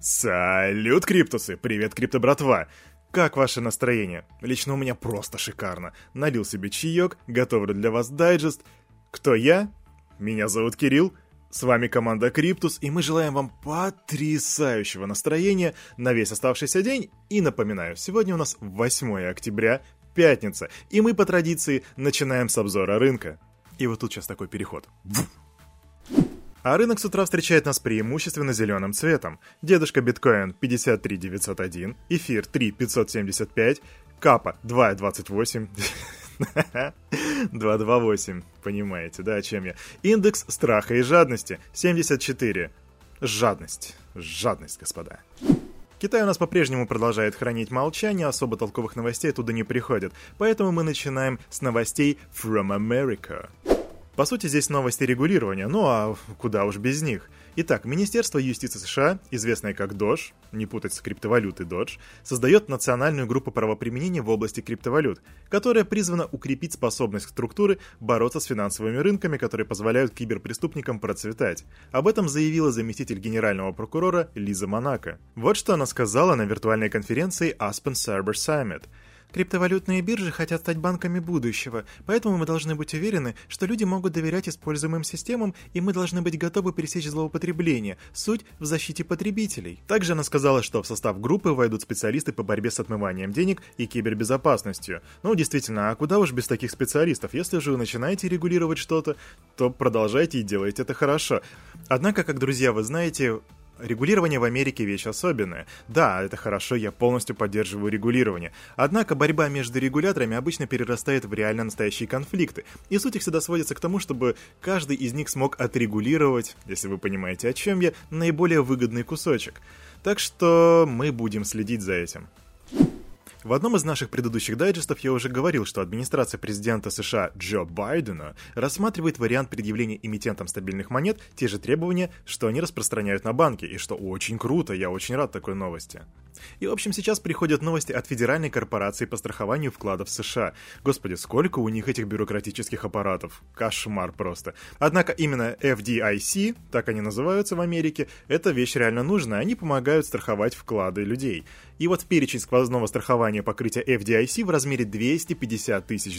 Салют, Криптусы! Привет, Крипто-братва! Как ваше настроение? Лично у меня просто шикарно. Налил себе чаек, готовлю для вас дайджест. Кто я? Меня зовут Кирилл. С вами команда Криптус, и мы желаем вам потрясающего настроения на весь оставшийся день. И напоминаю, сегодня у нас 8 октября, пятница, и мы по традиции начинаем с обзора рынка. И вот тут сейчас такой переход. А рынок с утра встречает нас преимущественно зеленым цветом. Дедушка биткоин 53 901, эфир 3 575, капа 2,28, 2,28, понимаете, да, о чем я? Индекс страха и жадности 74. Жадность, господа. Китай у нас по-прежнему продолжает хранить молчание, особо толковых новостей оттуда не приходит, поэтому мы начинаем с новостей from America. По сути, здесь новости регулирования, ну а куда уж без них. Итак, Министерство юстиции США, известное как DOJ, не путать с криптовалютой DOJ, создает национальную группу правоприменения в области криптовалют, которая призвана укрепить способность структуры бороться с финансовыми рынками, которые позволяют киберпреступникам процветать. Об этом заявила заместитель генерального прокурора Лиза Монако. Вот что она сказала на виртуальной конференции Aspen Cyber Summit. Криптовалютные биржи хотят стать банками будущего, поэтому мы должны быть уверены, что люди могут доверять используемым системам, и мы должны быть готовы пресечь злоупотребление. Суть в защите потребителей. Также она сказала, что в состав группы войдут специалисты по борьбе с отмыванием денег и кибербезопасностью. Ну, действительно, а куда уж без таких специалистов? Если же вы начинаете регулировать что-то, то продолжайте и делайте это хорошо. Однако, как друзья, вы знаете, регулирование в Америке вещь особенная. Да, это хорошо, я полностью поддерживаю регулирование. Однако борьба между регуляторами обычно перерастает в реально настоящие конфликты. И суть их всегда сводится к тому, чтобы каждый из них смог отрегулировать, если вы понимаете, о чем я, наиболее выгодный кусочек. Так что мы будем следить за этим. В одном из наших предыдущих дайджестов я уже говорил, что администрация президента США Джо Байдена рассматривает вариант предъявления эмитентам стабильных монет те же требования, что они распространяют на банки, и что очень круто, я очень рад такой новости. И в общем сейчас приходят новости от Федеральной корпорации по страхованию вкладов США. Господи, сколько у них этих бюрократических аппаратов. Кошмар просто. Однако именно FDIC, так они называются в Америке, эта вещь реально нужна, они помогают страховать вклады людей. И вот в перечень сквозного страхования покрытия FDIC в размере $250 тысяч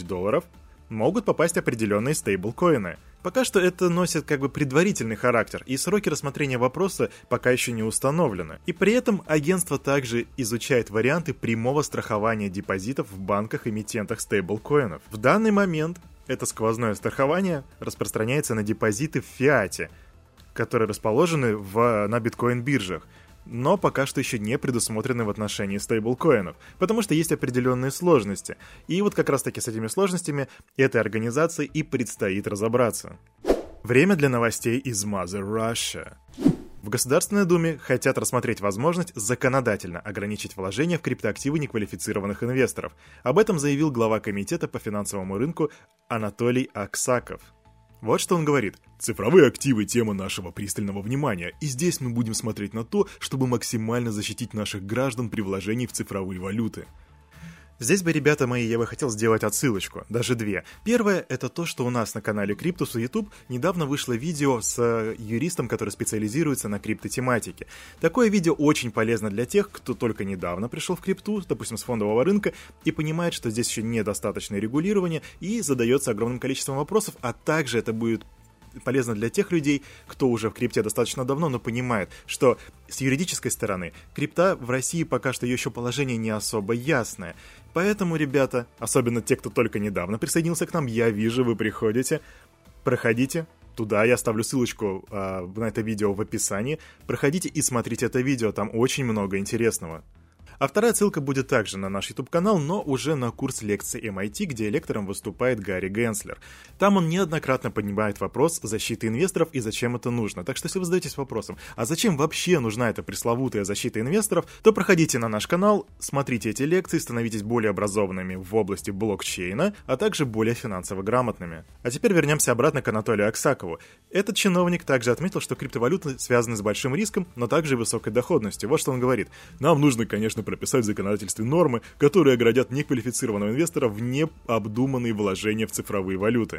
могут попасть определенные стейблкоины. Пока что это носит как бы предварительный характер, и сроки рассмотрения вопроса пока еще не установлены. И при этом агентство также изучает варианты прямого страхования депозитов в банках-эмитентах стейблкоинов. В данный момент это сквозное страхование распространяется на депозиты в фиате, которые расположены на биткоин-биржах, но пока что еще не предусмотрены в отношении стейблкоинов, потому что есть определенные сложности. И вот как раз таки с этими сложностями этой организации и предстоит разобраться. Время для новостей из Mother Russia. В Государственной Думе хотят рассмотреть возможность законодательно ограничить вложения в криптоактивы неквалифицированных инвесторов. Об этом заявил глава Комитета по финансовому рынку Анатолий Аксаков. Вот что он говорит. Цифровые активы – тема нашего пристального внимания, и здесь мы будем смотреть на то, чтобы максимально защитить наших граждан при вложении в цифровые валюты. Здесь бы, ребята мои, я бы хотел сделать отсылочку, даже две. Первое – это то, что у нас на канале Криптус и YouTube недавно вышло видео с юристом, который специализируется на криптотематике. Такое видео очень полезно для тех, кто только недавно пришел в крипту, допустим, с фондового рынка, и понимает, что здесь еще недостаточное регулирование, и задается огромным количеством вопросов, а также это будет полезно для тех людей, кто уже в крипте достаточно давно, но понимает, что с юридической стороны крипта в России пока что ее еще положение не особо ясное. Поэтому, ребята, особенно те, кто только недавно присоединился к нам, я вижу, вы приходите, проходите туда, я оставлю ссылочку на это видео в описании, проходите и смотрите это видео, там очень много интересного. А вторая ссылка будет также на наш YouTube-канал, но уже на курс лекций MIT, где лектором выступает Гарри Генслер. Там он неоднократно поднимает вопрос защиты инвесторов и зачем это нужно. Так что если вы задаетесь вопросом, а зачем вообще нужна эта пресловутая защита инвесторов, то проходите на наш канал, смотрите эти лекции, становитесь более образованными в области блокчейна, а также более финансово грамотными. А теперь вернемся обратно к Анатолию Аксакову. Этот чиновник также отметил, что криптовалюты связаны с большим риском, но также и высокой доходностью. Вот что он говорит. Нам нужно, конечно, прописать в законодательстве нормы, которые оградят неквалифицированного инвестора в необдуманные вложения в цифровые валюты.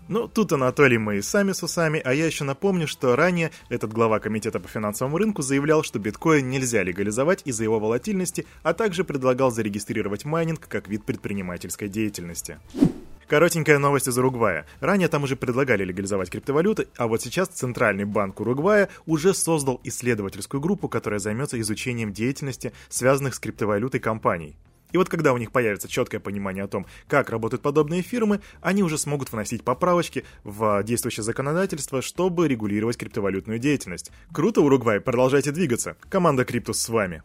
Ну, тут, Анатолий, мы и сами с усами, а я еще напомню, что ранее этот глава комитета по финансовому рынку заявлял, что биткоин нельзя легализовать из-за его волатильности, а также предлагал зарегистрировать майнинг как вид предпринимательской деятельности. Коротенькая новость из Уругвая. Ранее там уже предлагали легализовать криптовалюты, а вот сейчас Центральный банк Уругвая уже создал исследовательскую группу, которая займется изучением деятельности, связанных с криптовалютой компаний. И вот когда у них появится четкое понимание о том, как работают подобные фирмы, они уже смогут вносить поправочки в действующее законодательство, чтобы регулировать криптовалютную деятельность. Круто, Уругвай, продолжайте двигаться. Команда Криптус с вами.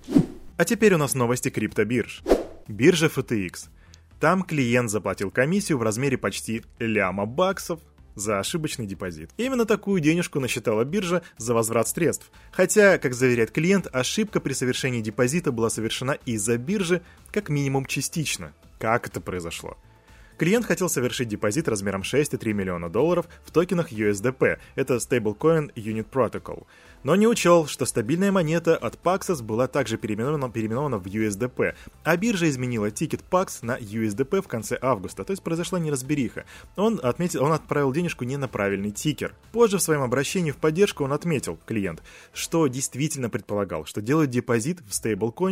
А теперь у нас новости криптобирж. Биржа FTX. Там клиент заплатил комиссию в размере почти ляма баксов за ошибочный депозит. Именно такую денежку насчитала биржа за возврат средств. Хотя, как заверяет клиент, ошибка при совершении депозита была совершена из-за биржи как минимум частично. Как это произошло? Клиент хотел совершить депозит размером $6,3 миллиона в токенах USDP, это Stablecoin Unit Protocol, но не учел, что стабильная монета от Paxos была также переименована в USDP, а биржа изменила тикет PAX на USDP в конце августа, то есть произошла неразбериха. Он отправил денежку не на правильный тикер. Позже в своем обращении в поддержку он отметил, клиент, что действительно предполагал, что делает депозит в стейблкоин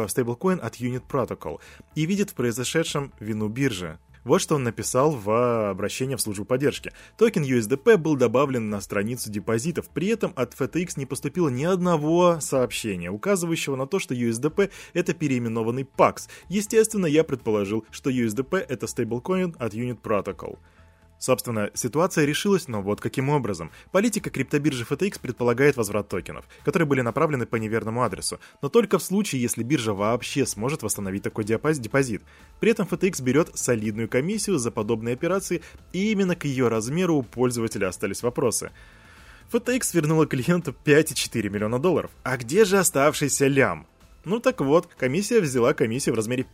от Unit Protocol и видит в произошедшем вину биржи. Вот что он написал в обращении в службу поддержки. Токен USDP был добавлен на страницу депозитов, при этом от FTX не поступило ни одного сообщения, указывающего на то, что USDP это переименованный PAX. Естественно, я предположил, что USDP это стейблкоин от Unit Protocol. Собственно, ситуация решилась, но вот каким образом. Политика криптобиржи FTX предполагает возврат токенов, которые были направлены по неверному адресу, но только в случае, если биржа вообще сможет восстановить такой депозит. При этом FTX берет солидную комиссию за подобные операции, и именно к ее размеру у пользователя остались вопросы. FTX вернула клиенту $5,4 миллиона. А где же оставшийся лям? Ну так вот, комиссия взяла комиссию в размере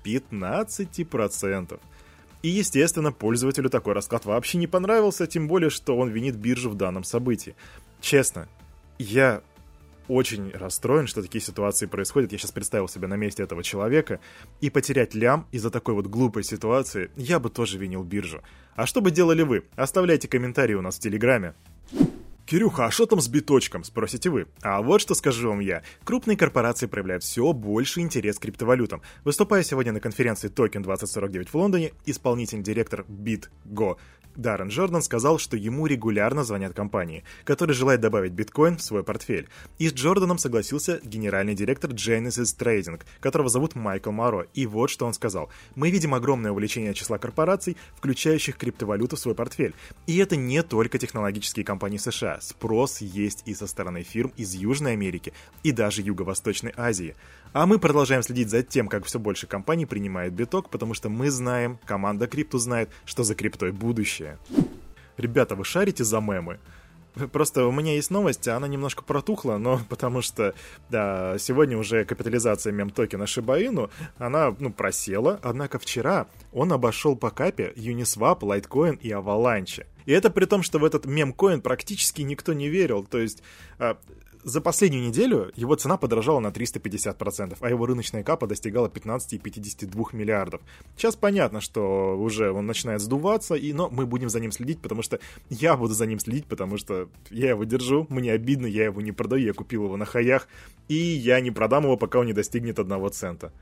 15%. И, естественно, пользователю такой расклад вообще не понравился, тем более, что он винит биржу в данном событии. Честно, я очень расстроен, что такие ситуации происходят. Я сейчас представил себя на месте этого человека. И потерять лям из-за такой вот глупой ситуации я бы тоже винил биржу. А что бы делали вы? Оставляйте комментарии у нас в Телеграме. «Кирюха, а что там с биточком?» – спросите вы. А вот что скажу вам я. Крупные корпорации проявляют все больше интерес к криптовалютам. Выступая сегодня на конференции Token 2049 в Лондоне, исполнительный директор BitGo Даррен Джордан сказал, что ему регулярно звонят компании, которые желают добавить биткоин в свой портфель. И с Джорданом согласился генеральный директор Genesis Trading, которого зовут Майкл Моро. И вот что он сказал. «Мы видим огромное увеличение числа корпораций, включающих криптовалюту в свой портфель. И это не только технологические компании США. Спрос есть и со стороны фирм из Южной Америки и даже Юго-Восточной Азии. А мы продолжаем следить за тем, как все больше компаний принимает биток, потому что мы знаем, команда Крипту знает, что за криптой будущее». Ребята, вы шарите за мемы? Просто у меня есть новость, она немножко протухла, но потому что, да, сегодня уже капитализация мем-токена Shiba Inu, она, просела, однако вчера он обошел по капе Uniswap, Litecoin и Avalanche. И это при том, что в этот мем-коин практически никто не верил, то есть... За последнюю неделю его цена подорожала на 350%, а его рыночная капа достигала 15,52 миллиардов. Сейчас понятно, что уже он начинает сдуваться, но мы будем за ним следить, потому что я буду за ним следить, потому что я его держу, мне обидно, я его не продаю, я купил его на хаях, и я не продам его, пока он не достигнет 1 цента.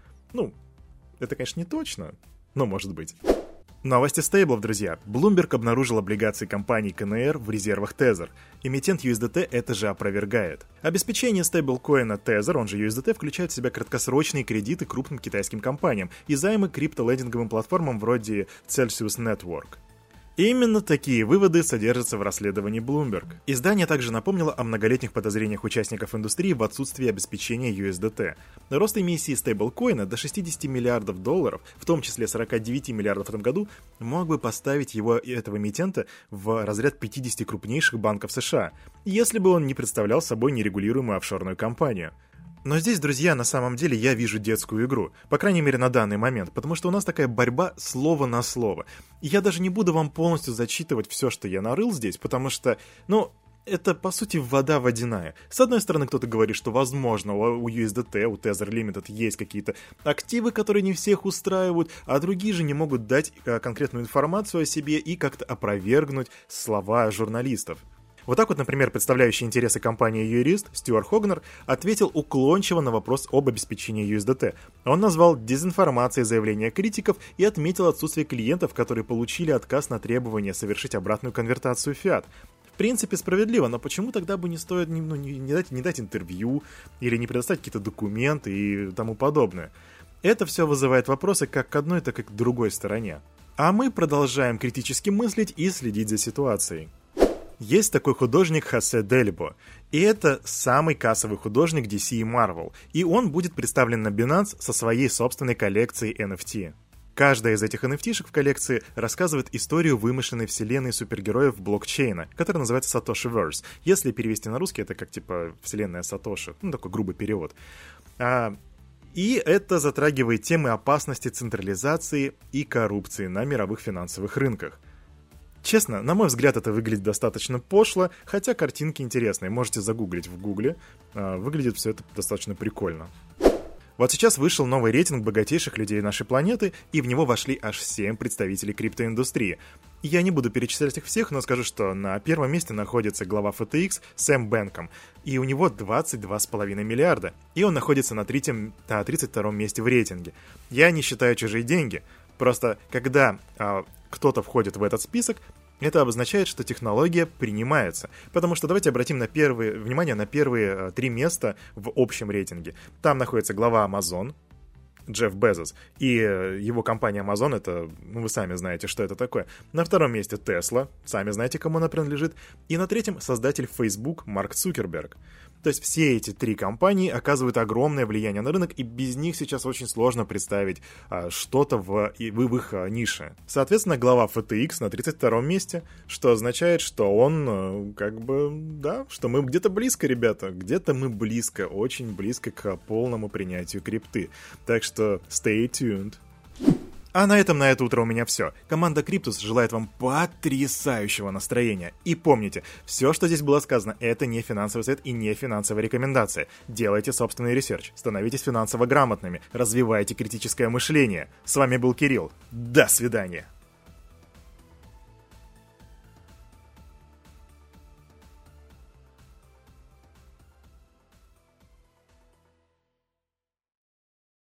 Это, конечно, не точно, но может быть. Новости стейблов, друзья. Bloomberg обнаружил облигации компании КНР в резервах Tether. Эмитент USDT это же опровергает. Обеспечение стейблкоина Tether, он же USDT, включает в себя краткосрочные кредиты крупным китайским компаниям и займы криптолендинговым платформам вроде Celsius Network. Именно такие выводы содержатся в расследовании Bloomberg. Издание также напомнило о многолетних подозрениях участников индустрии в отсутствии обеспечения USDT. Рост эмиссии стейблкоина до $60 миллиардов, в том числе 49 миллиардов в этом году, мог бы поставить этого эмитента в разряд 50 крупнейших банков США, если бы он не представлял собой нерегулируемую офшорную компанию. Но здесь, друзья, на самом деле я вижу детскую игру, по крайней мере на данный момент, потому что у нас такая борьба слово на слово. И я даже не буду вам полностью зачитывать все, что я нарыл здесь, потому что, это, по сути, вода водяная. С одной стороны, кто-то говорит, что, возможно, у USDT, у Tether Limited есть какие-то активы, которые не всех устраивают, а другие же не могут дать конкретную информацию о себе и как-то опровергнуть слова журналистов. Вот так вот, например, представляющий интересы компании юрист Стюарт Хогнер ответил уклончиво на вопрос об обеспечении USDT. Он назвал дезинформацией заявления критиков и отметил отсутствие клиентов, которые получили отказ на требование совершить обратную конвертацию фиат. В принципе, справедливо, но почему тогда бы не стоит не дать интервью или не предоставить какие-то документы и тому подобное? Это все вызывает вопросы как к одной, так и к другой стороне. А мы продолжаем критически мыслить и следить за ситуацией. Есть такой художник Хосе Делибо, и это самый кассовый художник DC и Marvel, и он будет представлен на Binance со своей собственной коллекцией NFT. Каждая из этих NFT-шек в коллекции рассказывает историю вымышленной вселенной супергероев блокчейна, которая называется Satoshiverse. Если перевести на русский, это как типа вселенная Сатоши, такой грубый перевод. И это затрагивает темы опасности централизации и коррупции на мировых финансовых рынках. Честно, на мой взгляд, это выглядит достаточно пошло, хотя картинки интересные, можете загуглить в гугле, выглядит все это достаточно прикольно. Вот сейчас вышел новый рейтинг богатейших людей нашей планеты, и в него вошли аж 7 представителей криптоиндустрии. Я не буду перечислять их всех, но скажу, что на первом месте находится глава FTX Сэм Бэнком, и у него 22,5 миллиарда, и он находится на 32 месте в рейтинге. Я не считаю чужие деньги, просто когда кто-то входит в этот список, это обозначает, что технология принимается. Потому что давайте обратим внимание на первые 3 места в общем рейтинге. Там находится глава Amazon, Джефф Безос, и его компания Amazon, это, вы сами знаете, что это такое. На втором месте Tesla, сами знаете, кому она принадлежит. И на третьем создатель Facebook Марк Цукерберг. То есть все эти 3 компании оказывают огромное влияние на рынок, и без них сейчас очень сложно представить что-то в их нише. Соответственно, глава FTX на 32-м месте, что означает, что он что мы где-то близко, ребята, где-то мы близко, очень близко к полному принятию крипты. Так что stay tuned. А на это утро у меня все. Команда Криптус желает вам потрясающего настроения. И помните, все, что здесь было сказано, это не финансовый совет и не финансовая рекомендация. Делайте собственный ресерч, становитесь финансово грамотными, развивайте критическое мышление. С вами был Кирилл. До свидания.